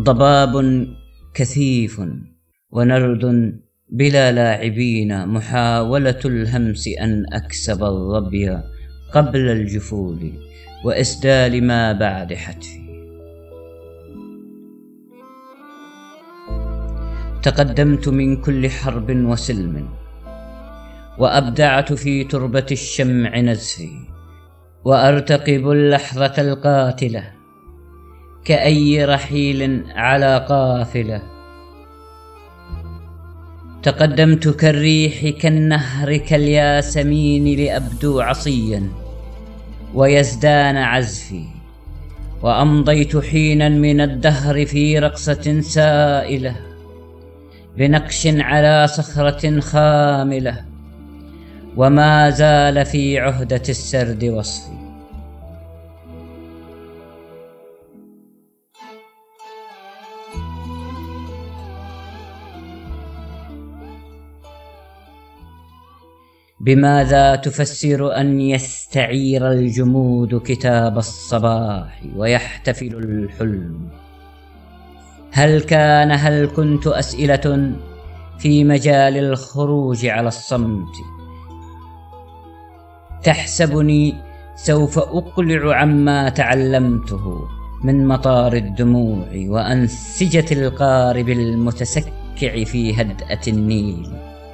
ضباب كثيف ونرد بلا لاعبين، محاولة الهمس أن أكسب الظبي قبل الجفول وإسدال ما بعد حتفي. تقدمت من كل حرب وسلم، وأبدعت في تربة الشمع نزفي، وأرتقب اللحظة القاتلة كأي رحيل على قافلة. تقدمت كالريح كالنهر كالياسمين لأبدو عصيا ويزدان عزفي، وأمضيت حينا من الدهر في رقصة سائلة بنقش على صخرة خاملة، وما زال في عهدة السرد وصفي. بماذا تفسر أن يستعير الجمود كتاب الصباح ويحتفل الحلم؟ هل كنت أسئلة في مجال الخروج على الصمت؟ تحسبني سوف أقلع عما تعلمته من مطار الدموع وأنسجة القارب المتسكع في هدأة النيل،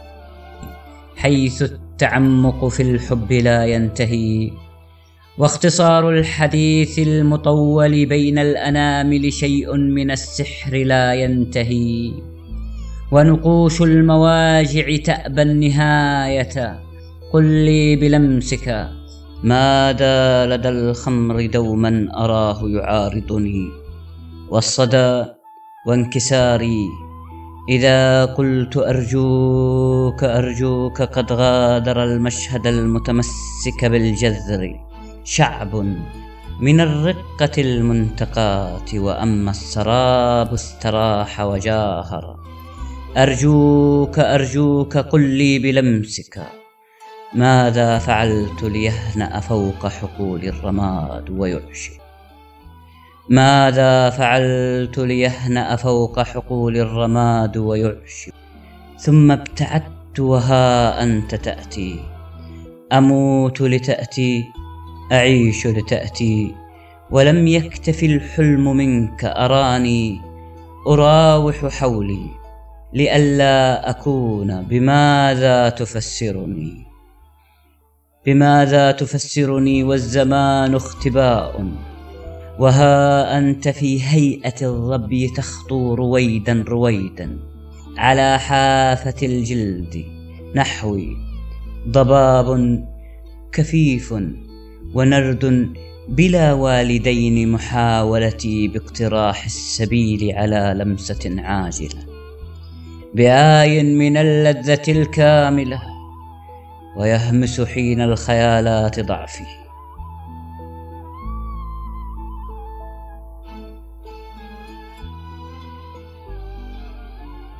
حيث التعمق في الحب لا ينتهي، واختصار الحديث المطول بين الأنامل شيء من السحر لا ينتهي، ونقوش المواجع تأبى النهاية. قل لي بلمسك ماذا لدى الخمر دوما أراه يعارضني، والصدى وانكساري إذا قلت أرجوك أرجوك قد غادر المشهد المتمسك بالجذر شعب من الرقة المنتقاة، وأما السراب استراح وجاهر. أرجوك أرجوك قل لي بلمسك ماذا فعلت ليهنأ فوق حقول الرماد ويعشي، ماذا فعلت ليهنأ فوق حقول الرماد ويعشي. ثم ابتعدت وها أنت تأتي، أموت لتأتي أعيش لتأتي، ولم يكتف الحلم منك. أراني أراوح حولي لئلا أكون بماذا تفسرني، بماذا تفسرني والزمان اختباء، وها أنت في هيئة الظبي تخطو رويدا رويدا على حافة الجلد نحوي. ضباب كفيف ونرد بلا والدين، محاولتي باقتراح السبيل على لمسة عاجلة بآي من اللذة الكاملة، ويهمس حين الخيالات ضعفي.